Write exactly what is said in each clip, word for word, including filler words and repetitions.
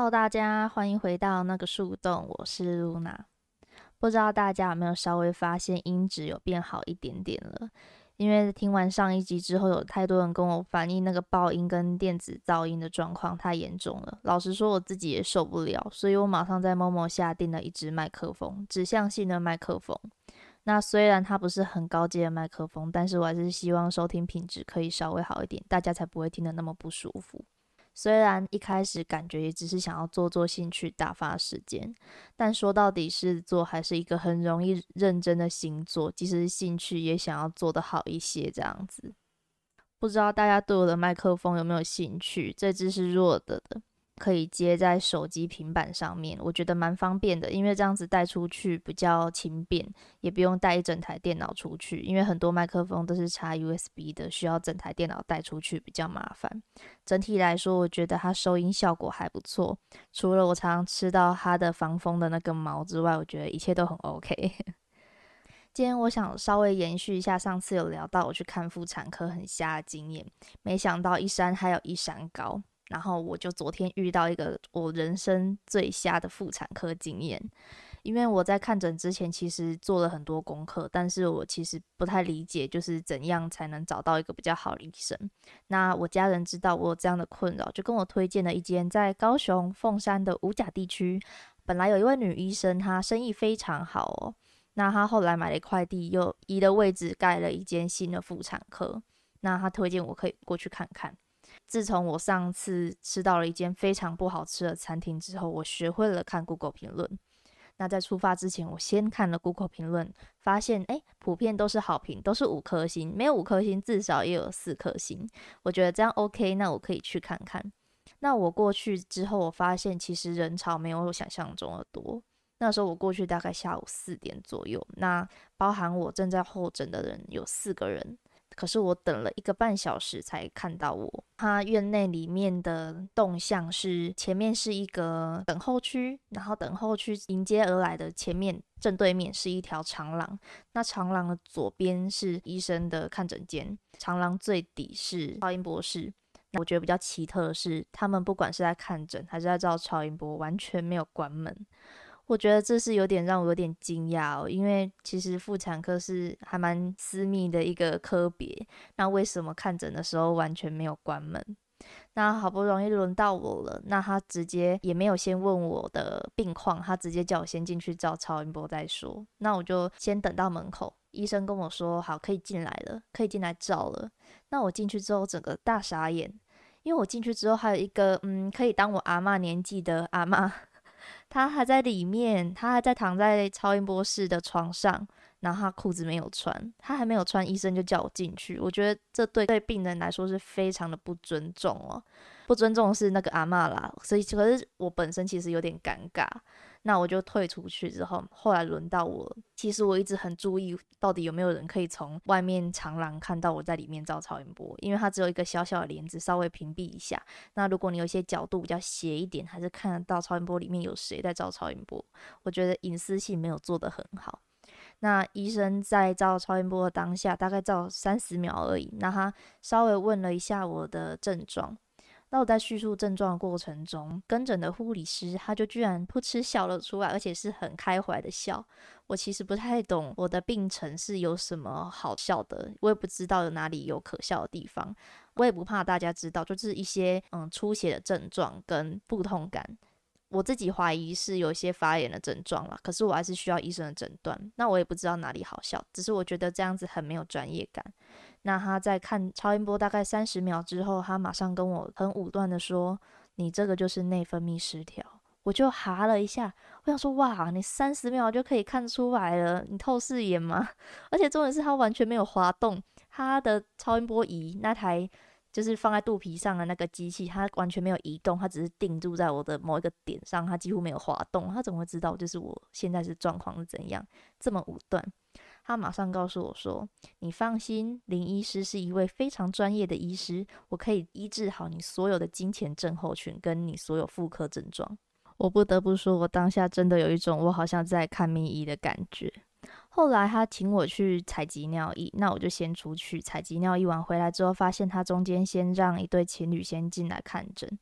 Hello，大家欢迎回到那个树洞，我是露娜。不知道大家有没有稍微发现音质有变好一点点了？因为听完上一集之后，有太多人跟我反映那个爆音跟电子噪音的状况太严重了。老实说，我自己也受不了，所以我马上在 Momo 下订了一支麦克风，指向性的麦克风。那虽然它不是很高阶的麦克风，但是我还是希望收听品质可以稍微好一点，大家才不会听得那么不舒服。虽然一开始感觉也只是想要做做兴趣打发时间，但说到底狮子座还是一个很容易认真的星座，即使是兴趣也想要做得好一些这样子。不知道大家对我的麦克风有没有兴趣？这支是弱的的，可以接在手机、平板上面，我觉得蛮方便的，因为这样子带出去比较轻便，也不用带一整台电脑出去，因为很多麦克风都是插 U S B 的，需要整台电脑带出去比较麻烦。整体来说，我觉得它收音效果还不错，除了我常常吃到它的防风的那个毛之外，我觉得一切都很 OK。今天我想稍微延续一下上次有聊到我去看妇产科很瞎的经验，没想到一山还有一山高，然后我就昨天遇到一个我人生最瞎的妇产科经验。因为我在看诊之前其实做了很多功课，但是我其实不太理解就是怎样才能找到一个比较好的医生。那我家人知道我有这样的困扰，就跟我推荐了一间在高雄凤山的五甲地区，本来有一位女医生，她生意非常好哦。那她后来买了一块地，又移的位置盖了一间新的妇产科。那她推荐我可以过去看看。自从我上次吃到了一间非常不好吃的餐厅之后，我学会了看 Google 评论。那在出发之前，我先看了 Google 评论，发现哎，普遍都是好评，都是五颗星，没有五颗星至少也有四颗星。我觉得这样 OK，那我可以去看看。那我过去之后，我发现其实人潮没有我想象中的多。那时候我过去大概下午四点左右，那包含我正在候诊的人有四个人。可是我等了一个半小时才看到我。它院内里面的动向是，前面是一个等候区，然后等候区迎接而来的前面正对面是一条长廊。那长廊的左边是医生的看诊间，长廊最底是超音波室。那我觉得比较奇特的是，他们不管是在看诊还是在照超音波，完全没有关门。我觉得这是有点让我有点惊讶哦，因为其实妇产科是还蛮私密的一个科别，那为什么看诊的时候完全没有关门？那好不容易轮到我了，那他直接也没有先问我的病况，他直接叫我先进去照超音波再说。那我就先等到门口，医生跟我说好，可以进来了，可以进来照了。那我进去之后整个大傻眼，因为我进去之后还有一个嗯，可以当我阿嬷年纪的阿嬷。他还在里面，他还在躺在超音波室的床上，然后他裤子没有穿，他还没有穿，医生就叫我进去。我觉得这对对病人来说是非常的不尊重哦，不尊重的是那个阿嬷啦，所以可是我本身其实有点尴尬。那我就退出去之后，后来轮到我，其实我一直很注意到底有没有人可以从外面长廊看到我在里面照超音波，因为它只有一个小小的帘子，稍微屏蔽一下。那如果你有一些角度比较斜一点，还是看得到超音波里面有谁在照超音波，我觉得隐私性没有做得很好。那医生在照超音波的当下，大概照三十秒而已，那他稍微问了一下我的症状。那我在叙述症状的过程中，跟诊的护理师他就居然噗嗤笑了出来，而且是很开怀的笑。我其实不太懂我的病程是有什么好笑的，我也不知道有哪里有可笑的地方，我也不怕大家知道，就是一些嗯出血的症状跟腹痛感。我自己怀疑是有一些发炎的症状啦，可是我还是需要医生的诊断。那我也不知道哪里好笑，只是我觉得这样子很没有专业感。那他在看超音波大概三十秒之后，他马上跟我很武断的说：“你这个就是内分泌失调。”我就哈了一下，我想说：“哇，你三十秒就可以看出来了，你透视眼吗？”而且重点是他完全没有滑动，他的超音波仪那台就是放在肚皮上的那个机器，它完全没有移动，它只是定住在我的某一个点上，它几乎没有滑动。它怎么会知道就是我现在是状况是怎样？这么武断。他马上告诉我说：“你放心，林医师是一位非常专业的医师，我可以医治好你所有的经前症候群跟你所有妇科症状。”我不得不说，我当下真的有一种我好像在看名医的感觉。后来他请我去采集尿液，那我就先出去采集尿液完回来之后，发现他中间先让一对情侣先进来看诊。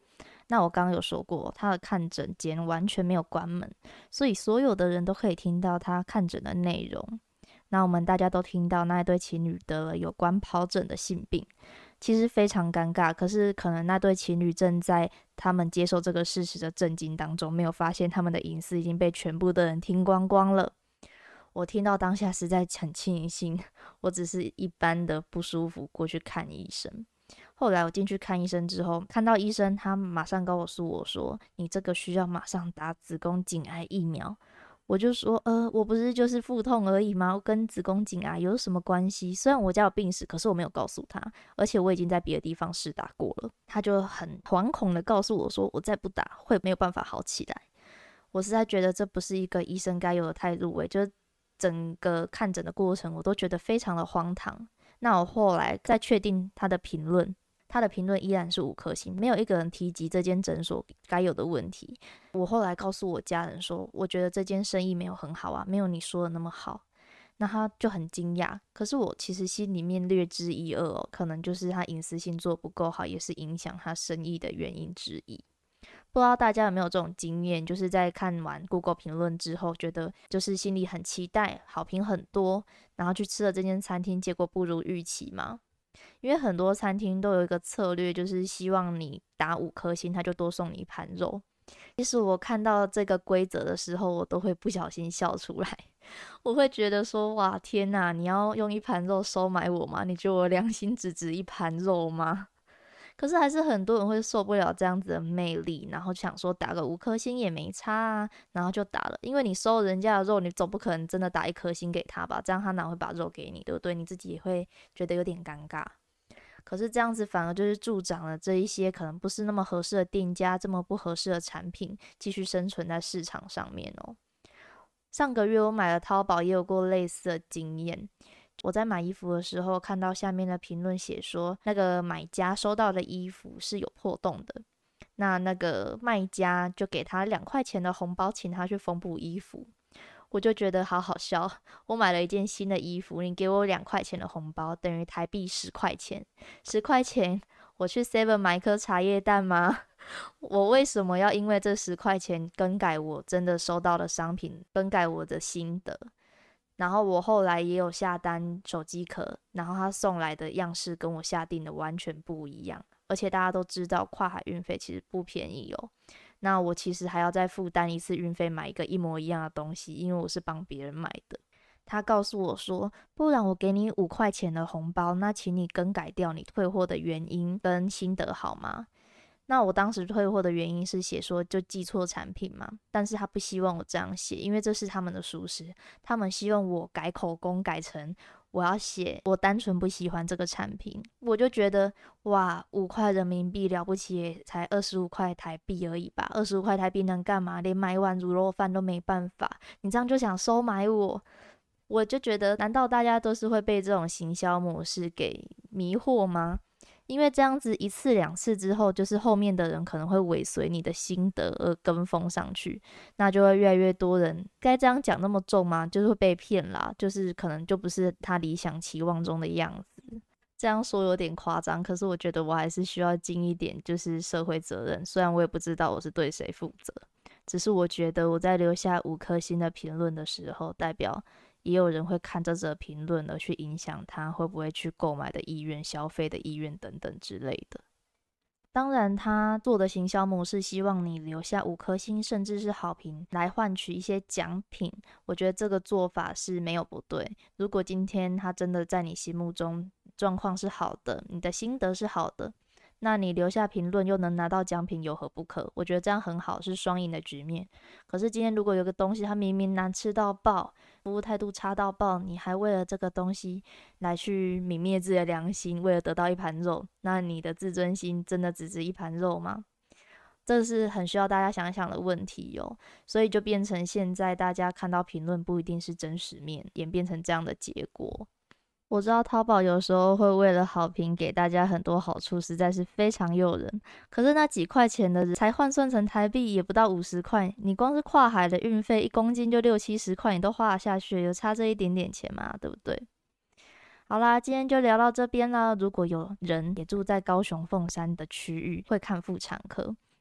那我刚刚有说过，他的看诊间完全没有关门，所以所有的人都可以听到他看诊的内容。那我们大家都听到那一对情侣得了有关疱疹的性病，其实非常尴尬。可是可能那对情侣正在他们接受这个事实的震惊当中，没有发现他们的隐私已经被全部的人听光光了。我听到当下实在很庆幸，我只是一般的不舒服过去看医生。后来我进去看医生之后，看到医生他马上告诉我说，你这个需要马上打子宫颈癌疫苗。我就说，呃，我不是就是腹痛而已吗？跟子宫颈癌有什么关系？虽然我家有病史，可是我没有告诉他，而且我已经在别的地方试打过了。他就很惶恐的告诉我说，我再不打会没有办法好起来。我实在觉得这不是一个医生该有的态度，就是整个看诊的过程我都觉得非常的荒唐。那我后来再确定他的评论，他的评论依然是五颗星，没有一个人提及这间诊所该有的问题。我后来告诉我家人说，我觉得这间生意没有很好啊，没有你说的那么好。那他就很惊讶，可是我其实心里面略知一二哦，可能就是他隐私性做不够好，也是影响他生意的原因之一。不知道大家有没有这种经验，就是在看完 Google 评论之后，觉得就是心里很期待，好评很多，然后去吃了这间餐厅，结果不如预期吗？因为很多餐厅都有一个策略，就是希望你打五颗星，他就多送你一盘肉。其实我看到这个规则的时候，我都会不小心笑出来。我会觉得说，哇，天哪，你要用一盘肉收买我吗？你觉得我良心只值一盘肉吗？可是还是很多人会受不了这样子的魅力，然后想说打个五颗星也没差啊，然后就打了。因为你收人家的肉，你总不可能真的打一颗星给他吧？这样他哪会把肉给你，对不对？你自己也会觉得有点尴尬。可是这样子反而就是助长了这一些可能不是那么合适的店家，这么不合适的产品继续生存在市场上面哦。上个月我买了淘宝，也有过类似的经验。我在买衣服的时候，看到下面的评论写说，那个买家收到的衣服是有破洞的，那那个卖家就给他两块钱的红包，请他去缝补衣服。我就觉得好好笑，我买了一件新的衣服，你给我两块钱的红包，等于台币十块钱，十块钱我去 seven 买一颗茶叶蛋吗？我为什么要因为这十块钱更改我真的收到的商品，更改我的心得？然后我后来也有下单手机壳，然后他送来的样式跟我下定的完全不一样，而且大家都知道跨海运费其实不便宜哦。那我其实还要再负担一次运费买一个一模一样的东西，因为我是帮别人买的。他告诉我说，不然我给你五块钱的红包，那请你更改掉你退货的原因跟心得好吗？那我当时退货的原因是写说就寄错产品嘛，但是他不希望我这样写，因为这是他们的疏失，他们希望我改口供改成我要写我单纯不喜欢这个产品。我就觉得哇，五块人民币了不起也才二十五块台币而已吧，二十五块台币能干嘛？连买一碗卤肉饭都没办法，你这样就想收买我？我就觉得难道大家都是会被这种行销模式给迷惑吗？因为这样子一次两次之后，就是后面的人可能会尾随你的心得而跟风上去，那就会越来越多人，该这样讲那么重吗？就是会被骗啦，就是可能就不是他理想期望中的样子。这样说有点夸张，可是我觉得我还是需要尽一点就是社会责任，虽然我也不知道我是对谁负责，只是我觉得我在留下五颗星的评论的时候，代表也有人会看这则评论而去影响他会不会去购买的意愿、消费的意愿等等之类的。当然他做的行销模式希望你留下五颗星甚至是好评来换取一些奖品，我觉得这个做法是没有不对。如果今天他真的在你心目中状况是好的，你的心得是好的，那你留下评论又能拿到奖品，有何不可？我觉得这样很好，是双赢的局面。可是今天如果有个东西它明明难吃到爆，服务态度差到爆，你还为了这个东西来去泯灭自己的良心，为了得到一盘肉，那你的自尊心真的只值一盘肉吗？这是很需要大家想一想的问题哦。所以就变成现在大家看到评论不一定是真实面，演变成这样的结果。我知道淘宝有时候会为了好评给大家很多好处，实在是非常诱人。可是那几块钱的才换算成台币也不到五十块，你光是跨海的运费一公斤就六七十块，你都花了下去，有差这一点点钱嘛，对不对？好啦，今天就聊到这边啦。如果有人也住在高雄凤山的区域，会看妇产科，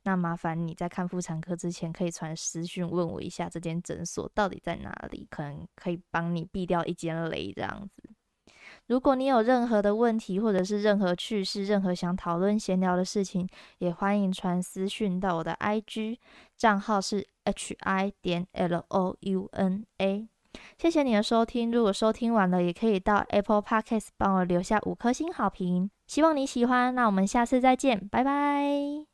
那麻烦你在看妇产科之前，可以传私讯问我一下这间诊所到底在哪里，可能可以帮你避掉一间雷这样子。如果你有任何的问题，或者是任何趣事，任何想讨论闲聊的事情，也欢迎传私讯到我的 I G 账号是 H I 点 L O U N A。谢谢你的收听，如果收听完了，也可以到 Apple Podcast 帮我留下五颗星好评，希望你喜欢。那我们下次再见，拜拜。